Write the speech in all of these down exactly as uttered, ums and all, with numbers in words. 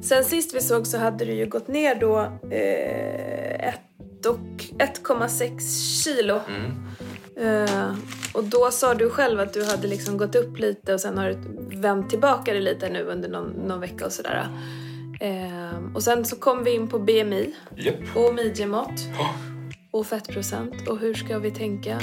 Sen sist vi såg så hade du ju gått ner då eh, ett komma sex kilo. Mm. Eh, och då sa du själv att du hade liksom gått upp lite och sen har du vänt tillbaka det lite nu under någon, någon vecka och sådär. Eh, och sen så kom vi in på B M I. Yep. Och midjemått. Ja. Och fettprocent. Och hur ska vi tänka?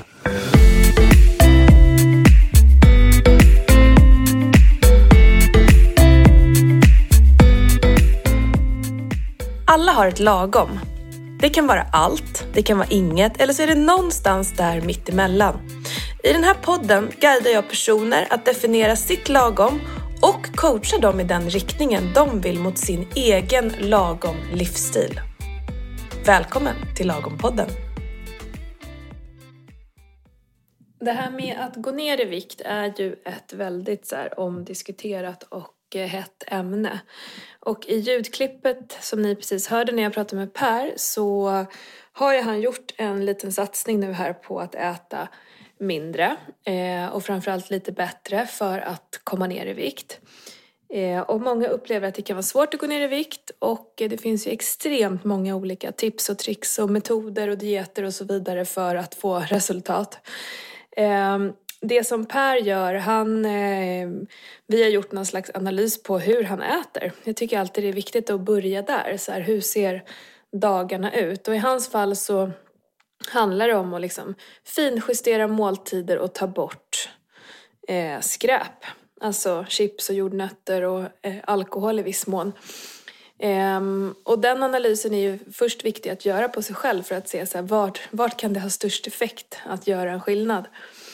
Alla har ett lagom. Det kan vara allt, det kan vara inget eller så är det någonstans där mittemellan. I den här podden guidar jag personer att definiera sitt lagom och coacha dem i den riktningen de vill mot sin egen lagom livsstil. Välkommen till Lagom-podden. Det här med att gå ner i vikt är ju ett väldigt så här omdiskuterat och hett ämne. Och i ljudklippet som ni precis hörde när jag pratade med Per så har ju han gjort en liten satsning nu här på att äta mindre eh, och framförallt lite bättre för att komma ner i vikt. Eh, och många upplever att det kan vara svårt att gå ner i vikt och det finns ju extremt många olika tips och tricks och metoder och dieter och så vidare för att få resultat. Eh, Det som Per gör, han, eh, vi har gjort någon slags analys på hur han äter. Jag tycker alltid det är viktigt att börja där. Så här, hur ser dagarna ut? Och i hans fall så handlar det om att liksom finjustera måltider och ta bort eh, skräp. Alltså chips och jordnötter och eh, alkohol i viss mån. Um, och den analysen är ju först viktig att göra på sig själv för att se så här, vart, vart kan det ha störst effekt att göra en skillnad.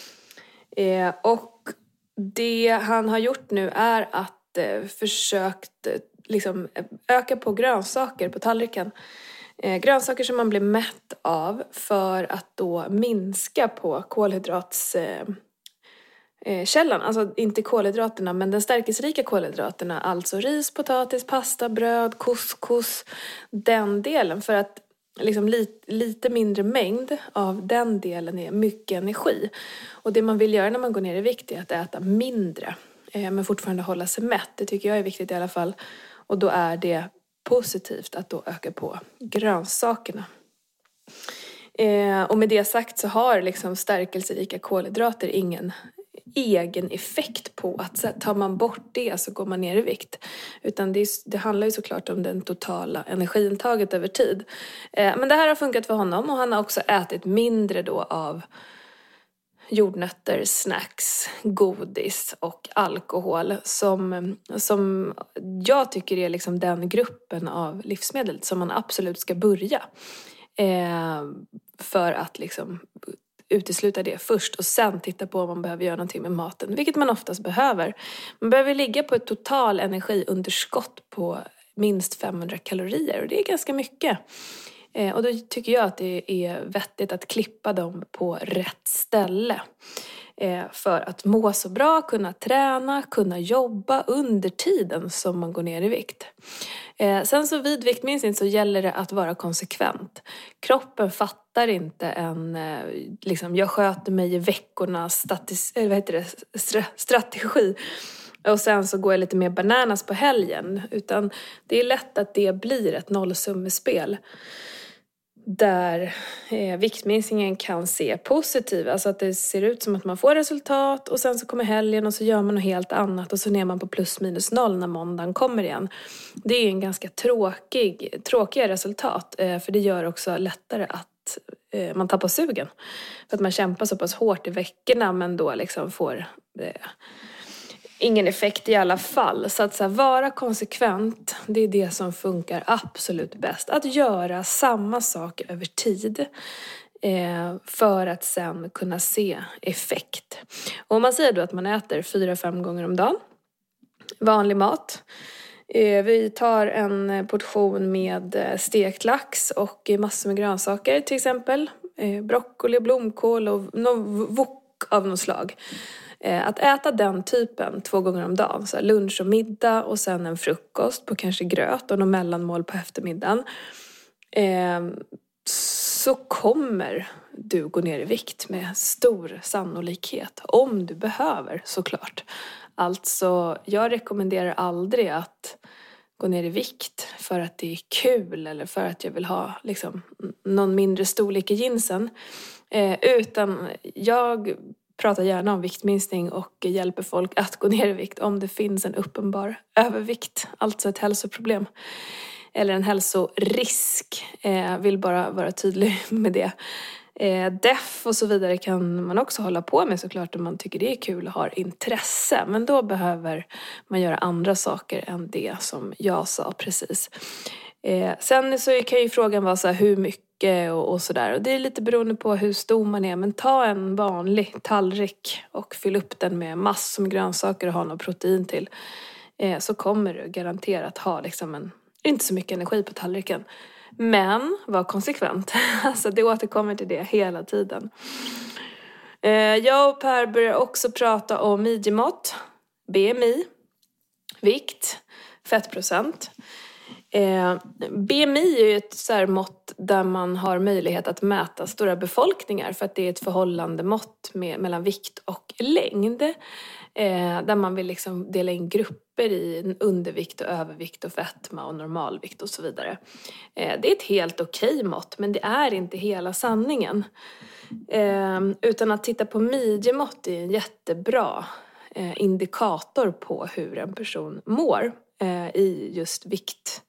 Eh, och det han har gjort nu är att eh, försökt eh, liksom, öka på grönsaker på tallriken. Eh, grönsaker som man blir mätt av för att då minska på kolhydratskällan. Eh, eh, alltså inte kolhydraterna men den stärkelserika kolhydraterna. Alltså ris, potatis, pasta, bröd, couscous. Den delen för att liksom lite, lite mindre mängd av den delen är mycket energi. Och det man vill göra när man går ner i vikt är att äta mindre. Eh, men fortfarande hålla sig mätt. Det tycker jag är viktigt i alla fall. Och då är det positivt att då öka på grönsakerna. Eh, och med det sagt så har liksom stärkelserika kolhydrater ingen egen effekt på att så, tar man bort det så går man ner i vikt. Utan det, är, det handlar ju såklart om den totala energiintaget över tid. Eh, men det här har funkat för honom och han har också ätit mindre då av jordnötter, snacks, godis och alkohol som, som jag tycker är liksom den gruppen av livsmedel som man absolut ska börja. Eh, för att liksom utesluta det först och sen titta på om man behöver göra någonting med maten. Vilket man oftast behöver. Man behöver ligga på ett total energiunderskott på minst femhundra kalorier. Och det är ganska mycket. Eh, och då tycker jag att det är vettigt att klippa dem på rätt ställe. Eh, för att må så bra, kunna träna, kunna jobba under tiden som man går ner i vikt. Eh, sen så vid viktminskning så gäller det att vara konsekvent. Kroppen fattar inte en, eh, liksom jag sköter mig i veckorna statis, eh, vad heter det, Stra- strategi. Och sen så går jag lite mer bananas på helgen. Utan det är lätt att det blir ett nollsummespel. Där eh, viktminskningen kan se positiv. Alltså att det ser ut som att man får resultat. Och sen så kommer helgen och så gör man något helt annat. Och så ner man på plus minus noll när måndagen kommer igen. Det är en ganska tråkig, tråkiga resultat. Eh, för det gör också lättare att eh, man tappar sugen. För att man kämpar så pass hårt i veckorna. Men då liksom får eh, ingen effekt i alla fall. Så att så här, vara konsekvent, det är det som funkar absolut bäst. Att göra samma sak över tid eh, för att sen kunna se effekt. Och om man säger då att man äter fyra, fem gånger om dagen, vanlig mat. Eh, vi tar en portion med stekt lax och massor med grönsaker till exempel. Eh, broccoli, blomkål och någon wok av något slag. Att äta den typen två gånger om dagen, så lunch och middag och sen en frukost på kanske gröt och någon mellanmål på eftermiddagen, så kommer du gå ner i vikt med stor sannolikhet, om du behöver såklart. Alltså, jag rekommenderar aldrig att gå ner i vikt för att det är kul eller för att jag vill ha liksom, någon mindre storlek i jeansen. Eh, utan jag pratar gärna om viktminskning och hjälper folk att gå ner i vikt om det finns en uppenbar övervikt, alltså ett hälsoproblem. Eller en hälsorisk, eh, vill bara vara tydlig med det. Eh, D E F och så vidare kan man också hålla på med såklart om man tycker det är kul och har intresse. Men då behöver man göra andra saker än det som jag sa precis. Eh, sen så kan ju frågan vara så här, hur mycket och, och sådär. Och det är lite beroende på hur stor man är. Men ta en vanlig tallrik och fyll upp den med massor med grönsaker och ha något protein till. Eh, så kommer du garanterat ha liksom en, inte så mycket energi på tallriken. Men var konsekvent. Alltså det återkommer till det hela tiden. Eh, jag och Per börjar också prata om midjemått, B M I, vikt, fettprocent. Eh, B M I är ju ett så här mått där man har möjlighet att mäta stora befolkningar för att det är ett förhållande mått med, mellan vikt och längd. Eh, där man vill liksom dela in grupper i undervikt och övervikt och fetma och normalvikt och så vidare. Eh, det är ett helt okej mått, men det är inte hela sanningen. Eh, utan att titta på midjemått är en jättebra eh, indikator på hur en person mår eh, i just vikt.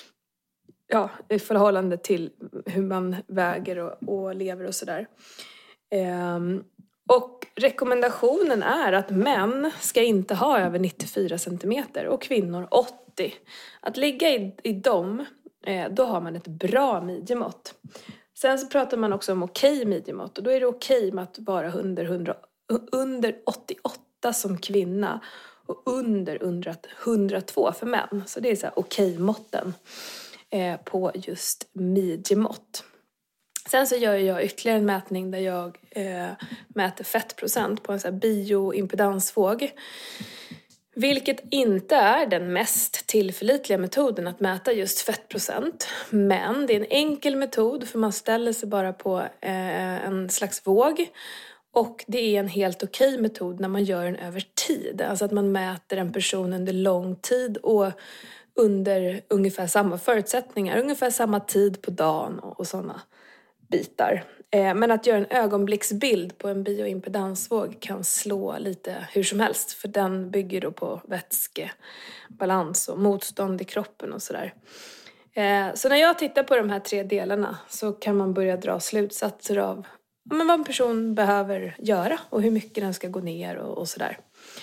Ja, i förhållande till hur man väger och, och lever och sådär. Eh, Och rekommendationen är att män ska inte ha över nittiofyra centimeter och kvinnor åttio. Att ligga i, i dem, eh, då har man ett bra midjemått. Sen så pratar man också om okej midjemått. Och då är det okej med att vara under, hundra, under åttioåtta som kvinna och under, under hundratvå för män. Så det är så här okej måtten eh, på just midjemått. Sen så gör jag ytterligare en mätning där jag eh, mäter fettprocent på en sån här bioimpedansvåg. Vilket inte är den mest tillförlitliga metoden att mäta just fettprocent. Men det är en enkel metod för man ställer sig bara på eh, en slags våg. Och det är en helt okej metod när man gör den över tid. Alltså att man mäter en person under lång tid och under ungefär samma förutsättningar. Ungefär samma tid på dagen och, och sådana bitar. Eh, men att göra en ögonblicksbild på en bioimpedansvåg kan slå lite hur som helst. För den bygger då på vätskebalans och motstånd i kroppen och sådär. Eh, så när jag tittar på de här tre delarna så kan man börja dra slutsatser av men vad en person behöver göra och hur mycket den ska gå ner och, och sådär.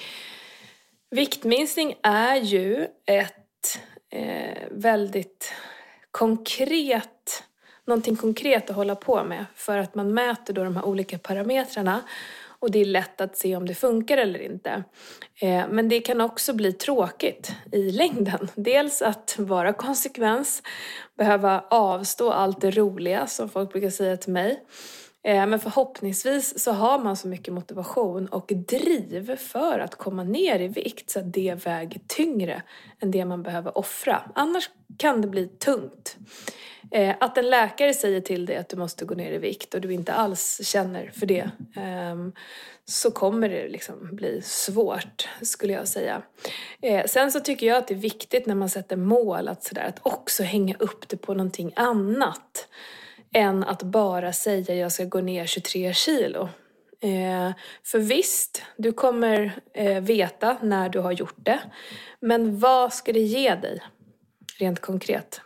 Viktminskning är ju ett eh, väldigt konkret, någonting konkret att hålla på med för att man mäter då de här olika parametrarna och det är lätt att se om det funkar eller inte. Eh, men det kan också bli tråkigt i längden. Dels att vara konsekvens, behöva avstå allt det roliga som folk brukar säga till mig. Men förhoppningsvis så har man så mycket motivation och driv för att komma ner i vikt så att det väger tyngre än det man behöver offra. Annars kan det bli tungt. Att en läkare säger till dig att du måste gå ner i vikt och du inte alls känner för det, så kommer det liksom bli svårt, skulle jag säga. Sen så tycker jag att det är viktigt när man sätter mål att, sådär, att också hänga upp det på någonting annat än att bara säga jag ska gå ner tjugotre kilo. Eh, för visst, du kommer eh, veta när du har gjort det. Men vad ska det ge dig? Rent konkret.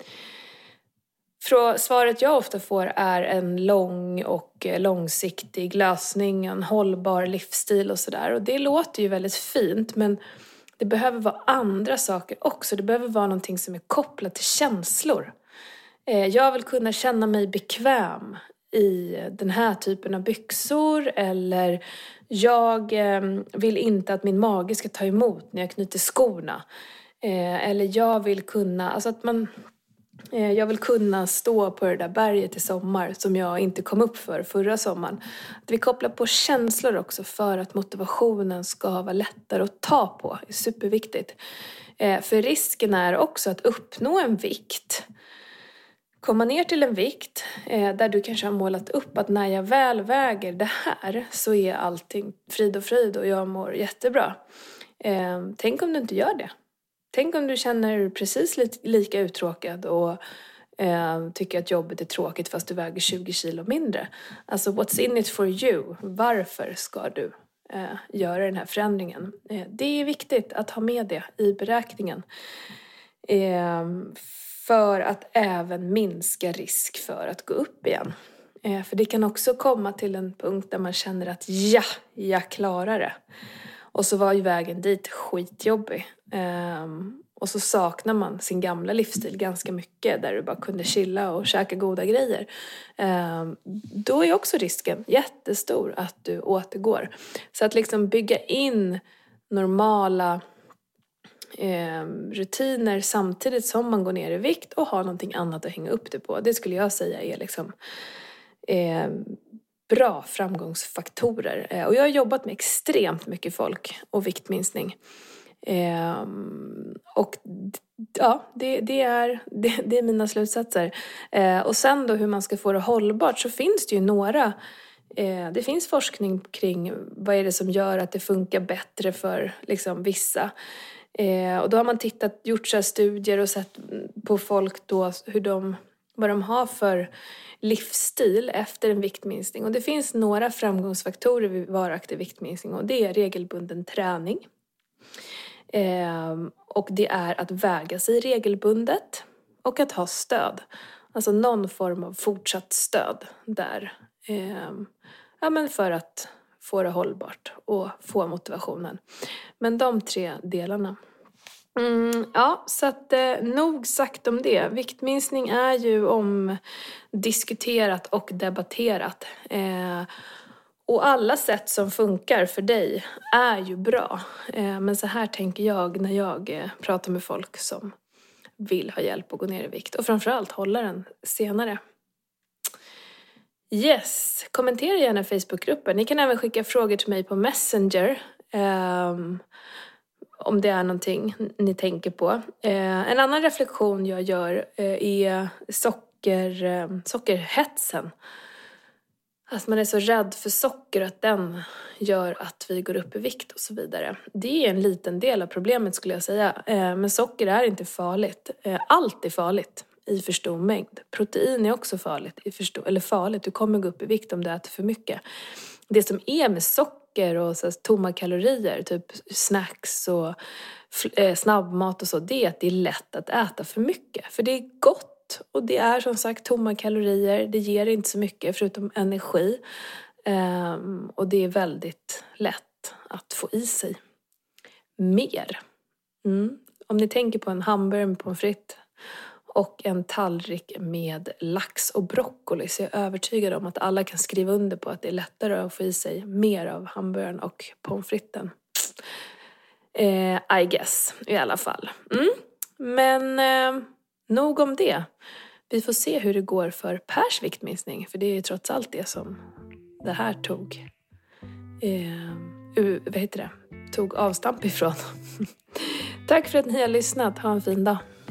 Frå, svaret jag ofta får är en lång och eh, långsiktig lösning. En hållbar livsstil och sådär. Och det låter ju väldigt fint. Men det behöver vara andra saker också. Det behöver vara någonting som är kopplat till känslor. Jag vill kunna känna mig bekväm i den här typen av byxor. Eller jag vill inte att min mage ska ta emot när jag knyter skorna. Eller jag vill kunna, alltså att man, jag vill kunna stå på det där berget i sommar som jag inte kom upp för förra sommaren. Att vi kopplar på känslor också för att motivationen ska vara lättare att ta på. Det är superviktigt. För risken är också att uppnå en vikt. Komma ner till en vikt eh, där du kanske har målat upp att när jag väl väger det här så är allting frid och fröjd och jag mår jättebra. Eh, tänk om du inte gör det. Tänk om du känner precis li- lika uttråkad och eh, tycker att jobbet är tråkigt fast du väger tjugo kilo mindre. Alltså what's in it for you? Varför ska du eh, göra den här förändringen? Eh, det är viktigt att ha med det i beräkningen. Eh, för att även minska risk för att gå upp igen. Eh, för det kan också komma till en punkt där man känner att ja, jag klarar det. Och så var ju vägen dit skitjobbig. Um, och så saknar man sin gamla livsstil ganska mycket. Där du bara kunde chilla och käka goda grejer. Um, då är också risken jättestor att du återgår. Så att liksom bygga in normala um, rutiner samtidigt som man går ner i vikt. Och har någonting annat att hänga upp det på. Det skulle jag säga är liksom... Um, bra framgångsfaktorer. Eh, och jag har jobbat med extremt mycket folk och viktminskning. Eh, och ja, det, det, är, det, det är mina slutsatser. Eh, och sen då hur man ska få det hållbart, så finns det ju några... Eh, det finns forskning kring vad är det som gör att det funkar bättre för liksom, vissa. Eh, och då har man tittat, gjort så här studier och sett på folk då hur de... vad de har för livsstil efter en viktminskning. Och det finns några framgångsfaktorer vid varaktig viktminskning. Och det är regelbunden träning. Eh, och det är att väga sig regelbundet. Och att ha stöd. Alltså någon form av fortsatt stöd där. Eh, ja, men för att få det hållbart och få motivationen. Men de tre delarna. Mm, ja, så att eh, nog sagt om det. Viktminskning är ju omdiskuterat och debatterat. Eh, och alla sätt som funkar för dig är ju bra. Eh, men så här tänker jag när jag eh, pratar med folk som vill ha hjälp att gå ner i vikt. Och framförallt hålla den senare. Yes, kommentera gärna i Facebookgruppen. Ni kan även skicka frågor till mig på Messenger. Eh, Om det är någonting ni tänker på. Eh, en annan reflektion jag gör eh, är socker, eh, sockerhetsen. Att man är så rädd för socker, att den gör att vi går upp i vikt och så vidare. Det är en liten del av problemet skulle jag säga. Eh, men socker är inte farligt. Eh, allt är farligt i för stor mängd. Protein är också farligt. I för stor, eller farligt, du kommer gå upp i vikt om du äter för mycket. Det som är med socker och så tomma kalorier, typ snacks och eh, snabbmat och så, det är att det är lätt att äta för mycket. För det är gott och det är som sagt tomma kalorier. Det ger inte så mycket förutom energi. Um, och det är väldigt lätt att få i sig mer. Mm. Om ni tänker på en hamburgare med pommes frites och en tallrik med lax och broccoli, så är jag övertygad om att alla kan skriva under på att det är lättare att få i sig mer av hamburgaren och pommes fritesen. Eh, I guess, i alla fall. Mm. Men eh, nog om det. Vi får se hur det går för Pers viktminskning, för det är ju trots allt det som det här tog. Eh, uh, vad heter det? Tog avstamp ifrån. Tack för att ni har lyssnat. Ha en fin dag.